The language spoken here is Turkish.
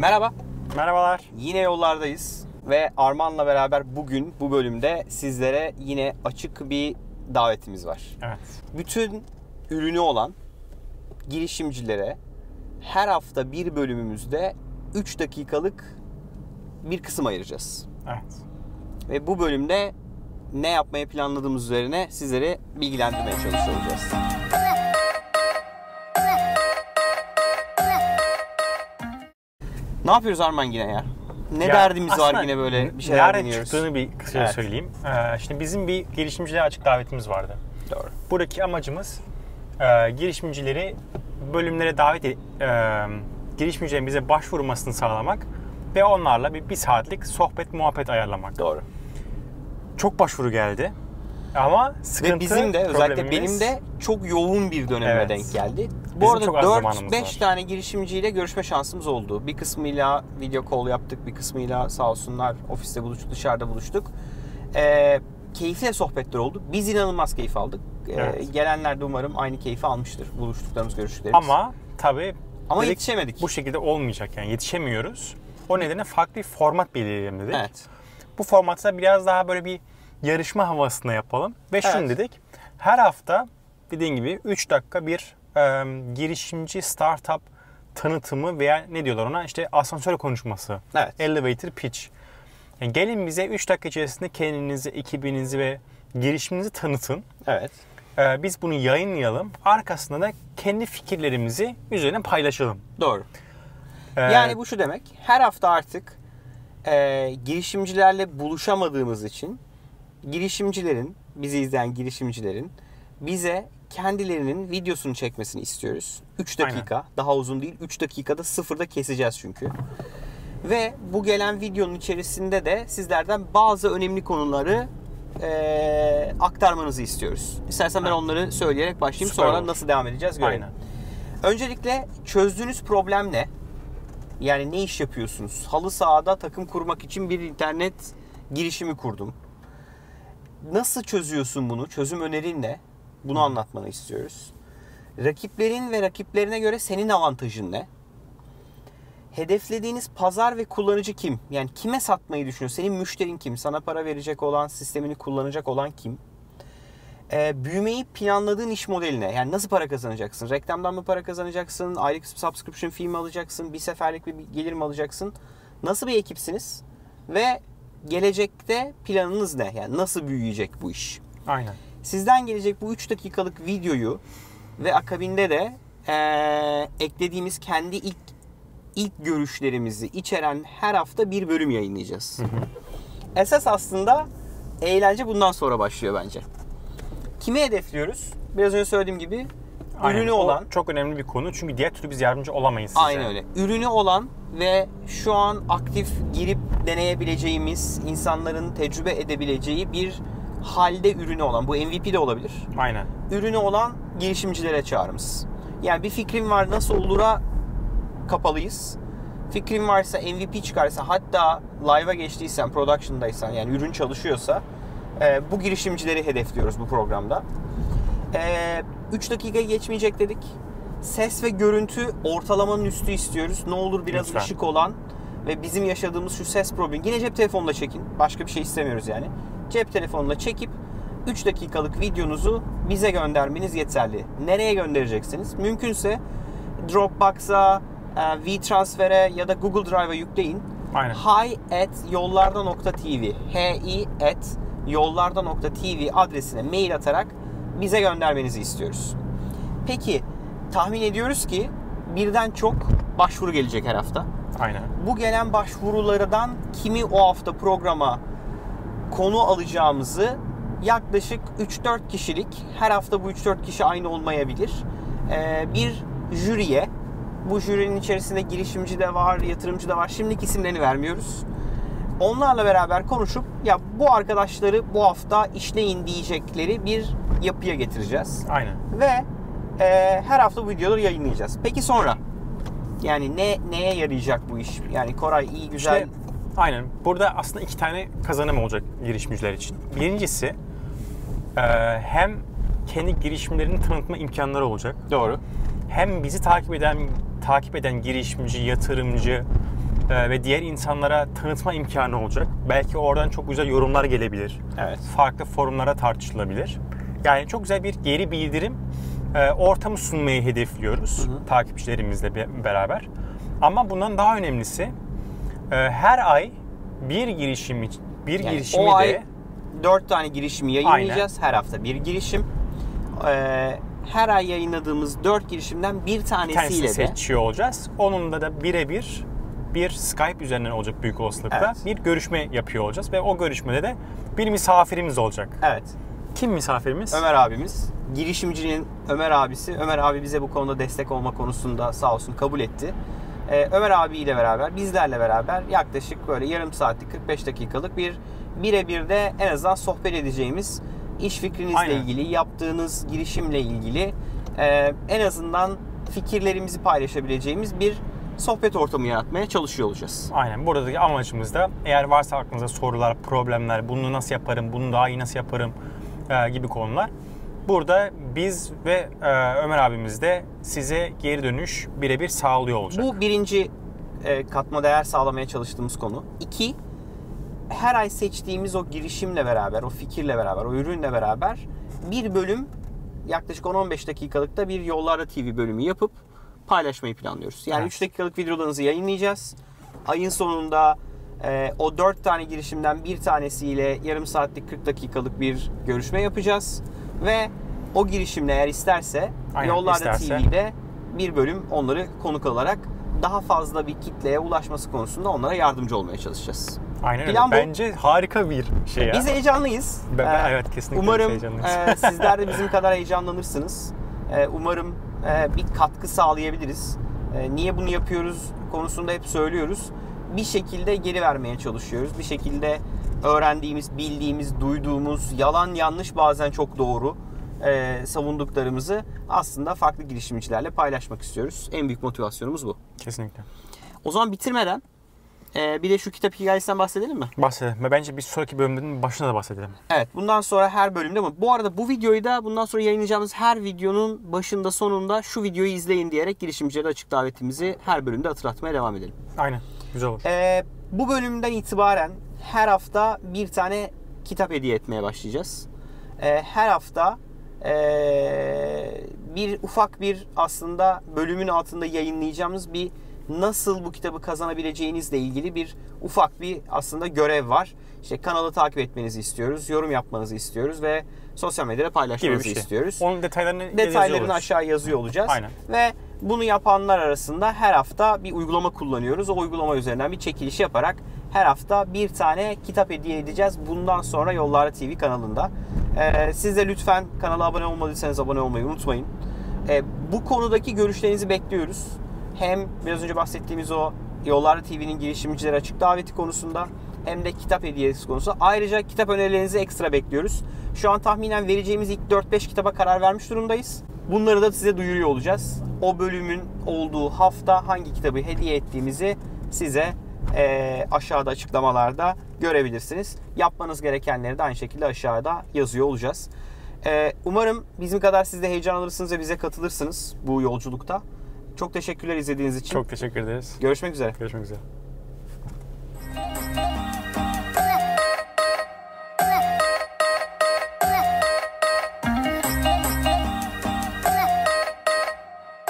Merhaba. Merhabalar. Yine yollardayız ve Arman'la beraber bugün bu bölümde sizlere yine açık bir davetimiz var. Evet. Bütün ürünü olan girişimcilere her hafta bir bölümümüzde 3 dakikalık bir kısım ayıracağız. Evet. Ve bu bölümde ne yapmayı planladığımız üzerine sizleri bilgilendirmeye çalışacağız. Ne yapıyoruz Arman yine ya? Ne derdimiz var yine böyle bir şeyler deniyoruz. Nereden çıktığını bir kısaca söyleyeyim. Şimdi bizim bir girişimcilere açık davetimiz vardı. Doğru. Buradaki amacımız girişimcileri bölümlere girişimcilerin bize başvurmasını sağlamak ve onlarla bir saatlik sohbet muhabbet ayarlamak. Doğru. Çok başvuru geldi. Ama sıkıntı, ve bizim de özellikle benim de çok yoğun bir döneme denk geldi. Bu arada 4-5 tane girişimciyle görüşme şansımız oldu. Bir kısmıyla video call yaptık, bir kısmıyla sağ olsunlar ofiste buluştuk, dışarıda buluştuk. Keyifli sohbetler oldu. Biz inanılmaz keyif aldık. Gelenler de umarım aynı keyfi almıştır buluştuklarımız, görüştüklerimiz. Ama tabii yetişemedik. Bu şekilde olmayacak, yani yetişemiyoruz. O nedenle farklı bir format belirleyelim dedik. Evet. Bu formatta biraz daha böyle bir yarışma havasında yapalım. Ve şunu dedik. Her hafta dediğin gibi 3 dakika bir girişimci startup tanıtımı veya ne diyorlar ona, işte asansör konuşması. Evet. Elevator pitch. Yani gelin bize 3 dakika içerisinde kendinizi, ekibinizi ve girişiminizi tanıtın. Evet. Biz bunu yayınlayalım. Arkasında da kendi fikirlerimizi üzerine paylaşalım. Doğru. Yani bu şu demek. Her hafta artık girişimcilerle buluşamadığımız için bizi izleyen girişimcilerin bize kendilerinin videosunu çekmesini istiyoruz. 3 dakika. Aynen. Daha uzun değil. 3 dakikada sıfırda keseceğiz çünkü. Ve bu gelen videonun içerisinde de sizlerden bazı önemli konuları aktarmanızı istiyoruz. İstersen ben onları söyleyerek başlayayım. Süper sonra olur. Nasıl devam edeceğiz görelim. Aynen. Öncelikle çözdüğünüz problem ne? Yani ne iş yapıyorsunuz? Halı sahada takım kurmak için bir internet girişimi kurdum. Nasıl çözüyorsun bunu? Çözüm önerin ne? Bunu anlatmanı istiyoruz. Rakiplerin ve rakiplerine göre senin avantajın ne? Hedeflediğiniz pazar ve kullanıcı kim? Yani kime satmayı düşünüyorsun? Senin müşterin kim? Sana para verecek olan, sistemini kullanacak olan kim? Büyümeyi planladığın iş modeline, yani nasıl para kazanacaksın? Reklamdan mı para kazanacaksın? Aylık subscription fee mi alacaksın? Bir seferlik bir gelir mi alacaksın? Nasıl bir ekipsiniz? Ve gelecekte planınız ne? Yani nasıl büyüyecek bu iş? Aynen. Sizden gelecek bu 3 dakikalık videoyu ve akabinde de eklediğimiz kendi ilk görüşlerimizi içeren her hafta bir bölüm yayınlayacağız. Hı hı. Esas aslında eğlence bundan sonra başlıyor bence. Kimi hedefliyoruz? Biraz önce söylediğim gibi ürünü olan. Çok önemli bir konu çünkü diğer türlü biz yardımcı olamayız size. Aynen öyle. Ürünü olan ve şu an aktif girip deneyebileceğimiz, insanların tecrübe edebileceği bir halde ürünü olan. Bu MVP de olabilir. Aynen. Ürünü olan girişimcilere çağrımız. Yani bir fikrin var, nasıl olur'a kapalıyız. Fikrin varsa, MVP çıkarsa, hatta live'a geçtiysen, production'daysan, yani ürün çalışıyorsa bu girişimcileri hedefliyoruz bu programda. 3 dakikayı geçmeyecek dedik. Ses ve görüntü ortalamanın üstü istiyoruz. Ne olur biraz lütfen ışık olan ve bizim yaşadığımız şu ses problemi. Yine cep telefonuyla çekin. Başka bir şey istemiyoruz yani. Cep telefonuyla çekip 3 dakikalık videonuzu bize göndermeniz yeterli. Nereye göndereceksiniz? Mümkünse Dropbox'a, WeTransfer'e ya da Google Drive'a yükleyin. Aynen. hi@yollarda.tv hi@yollarda.tv adresine mail atarak bize göndermenizi istiyoruz. Peki, tahmin ediyoruz ki birden çok başvuru gelecek her hafta. Aynen. Bu gelen başvurulardan kimi o hafta programa konu alacağımızı yaklaşık 3-4 kişilik, her hafta bu 3-4 kişi aynı olmayabilir, bir jüriye, bu jürinin içerisinde girişimci de var, yatırımcı da var. Şimdilik isimlerini vermiyoruz. Onlarla beraber konuşup ya bu arkadaşları bu hafta işleyin diyecekleri bir yapıya getireceğiz. Aynen. Ve her hafta bu videoları yayınlayacağız. Peki sonra? Yani neye yarayacak bu iş? Yani Koray iyi güzel. İşte, aynen. Burada aslında 2 tane kazanım olacak girişimciler için. Birincisi hem kendi girişimlerini tanıtma imkanları olacak. Doğru. Hem bizi takip eden girişimci, yatırımcı ve diğer insanlara tanıtma imkanı olacak. Belki oradan çok güzel yorumlar gelebilir. Evet. Farklı forumlara tartışılabilir. Yani çok güzel bir geri bildirim ortamı sunmayı hedefliyoruz takipçilerimizle beraber. Ama bundan daha önemlisi her ay bir girişimi o ay de 4 tane girişimi yayınlayacağız. Aynen. Her hafta bir girişim. Her ay yayınladığımız 4 girişimden bir tanesiyle de seçiyor olacağız. Onunla da birebir bir Skype üzerinden olacak büyük olasılıkla. Evet. Bir görüşme yapıyor olacağız ve o görüşmede de bir misafirimiz olacak. Evet. Kim misafirimiz? Ömer abimiz. Girişimcinin Ömer abisi. Ömer abi bize bu konuda destek olma konusunda sağ olsun kabul etti. Ömer abiyle beraber, bizlerle beraber yaklaşık böyle yarım saatlik, 45 dakikalık bir birebir de en azından sohbet edeceğimiz, iş fikrinizle ilgili, yaptığınız girişimle ilgili en azından fikirlerimizi paylaşabileceğimiz bir sohbet ortamı yaratmaya çalışıyor olacağız. Aynen. Buradaki amacımız da eğer varsa aklınızda sorular, problemler, bunu nasıl yaparım, bunu daha iyi nasıl yaparım gibi konular. Burada biz ve Ömer abimiz de size geri dönüş birebir sağlıyor olacak. Bu birinci katma değer sağlamaya çalıştığımız konu. 2, her ay seçtiğimiz o girişimle beraber, o fikirle beraber, o ürünle beraber bir bölüm, yaklaşık 10-15 dakikalıkta bir Yollarda TV bölümü yapıp paylaşmayı planlıyoruz. Yani 3 dakikalık videolarınızı yayınlayacağız. Ayın sonunda o 4 tane girişimden bir tanesiyle yarım saatlik, 40 dakikalık bir görüşme yapacağız. Ve o girişimle eğer isterse Yollarda TV'de bir bölüm onları konuk alarak daha fazla bir kitleye ulaşması konusunda onlara yardımcı olmaya çalışacağız. Aynen öyle. Bence harika bir şey ya. Biz heyecanlıyız. Evet, kesinlikle umarım heyecanlıyız. Sizler de bizim kadar heyecanlanırsınız. Umarım bir katkı sağlayabiliriz. Niye bunu yapıyoruz konusunda hep söylüyoruz. Bir şekilde geri vermeye çalışıyoruz. Bir şekilde öğrendiğimiz, bildiğimiz, duyduğumuz, yalan yanlış bazen çok doğru savunduklarımızı aslında farklı girişimcilerle paylaşmak istiyoruz. En büyük motivasyonumuz bu. Kesinlikle. O zaman bitirmeden bir de şu kitap hikayesinden bahsedelim mi? Bahsedelim. Ve bence bir sonraki bölümlerin başına da bahsedelim. Evet. Bundan sonra her bölümde ama bu arada bu videoyu da bundan sonra yayınlayacağımız her videonun başında sonunda şu videoyu izleyin diyerek girişimcilere açık davetimizi her bölümde hatırlatmaya devam edelim. Aynen. Güzel olur. Bu bölümden itibaren her hafta bir tane kitap hediye etmeye başlayacağız. Her hafta bir ufak bir aslında bölümün altında yayınlayacağımız bir nasıl bu kitabı kazanabileceğinizle ilgili bir ufak bir aslında görev var. İşte kanalı takip etmenizi istiyoruz, yorum yapmanızı istiyoruz ve sosyal medyada paylaşmanızı istiyoruz. Onun detaylarını aşağı yazıyor olacağız. Aynen. Ve bunu yapanlar arasında her hafta bir uygulama kullanıyoruz. O uygulama üzerinden bir çekiliş yaparak her hafta bir tane kitap hediye edeceğiz. Bundan sonra Yollarda TV kanalında. Siz de lütfen kanala abone olmadıysanız abone olmayı unutmayın. Bu konudaki görüşlerinizi bekliyoruz. Hem biraz önce bahsettiğimiz o Yollarda TV'nin girişimcilere açık daveti konusunda hem de kitap hediyesi konusunda. Ayrıca kitap önerilerinizi ekstra bekliyoruz. Şu an tahminen vereceğimiz ilk 4-5 kitaba karar vermiş durumdayız. Bunları da size duyuruyor olacağız. O bölümün olduğu hafta hangi kitabı hediye ettiğimizi size aşağıda açıklamalarda görebilirsiniz. Yapmanız gerekenleri de aynı şekilde aşağıda yazıyor olacağız. Umarım bizim kadar siz de heyecan alırsınız ve bize katılırsınız bu yolculukta. Çok teşekkürler izlediğiniz için. Çok teşekkür ederiz. Görüşmek üzere. Görüşmek üzere.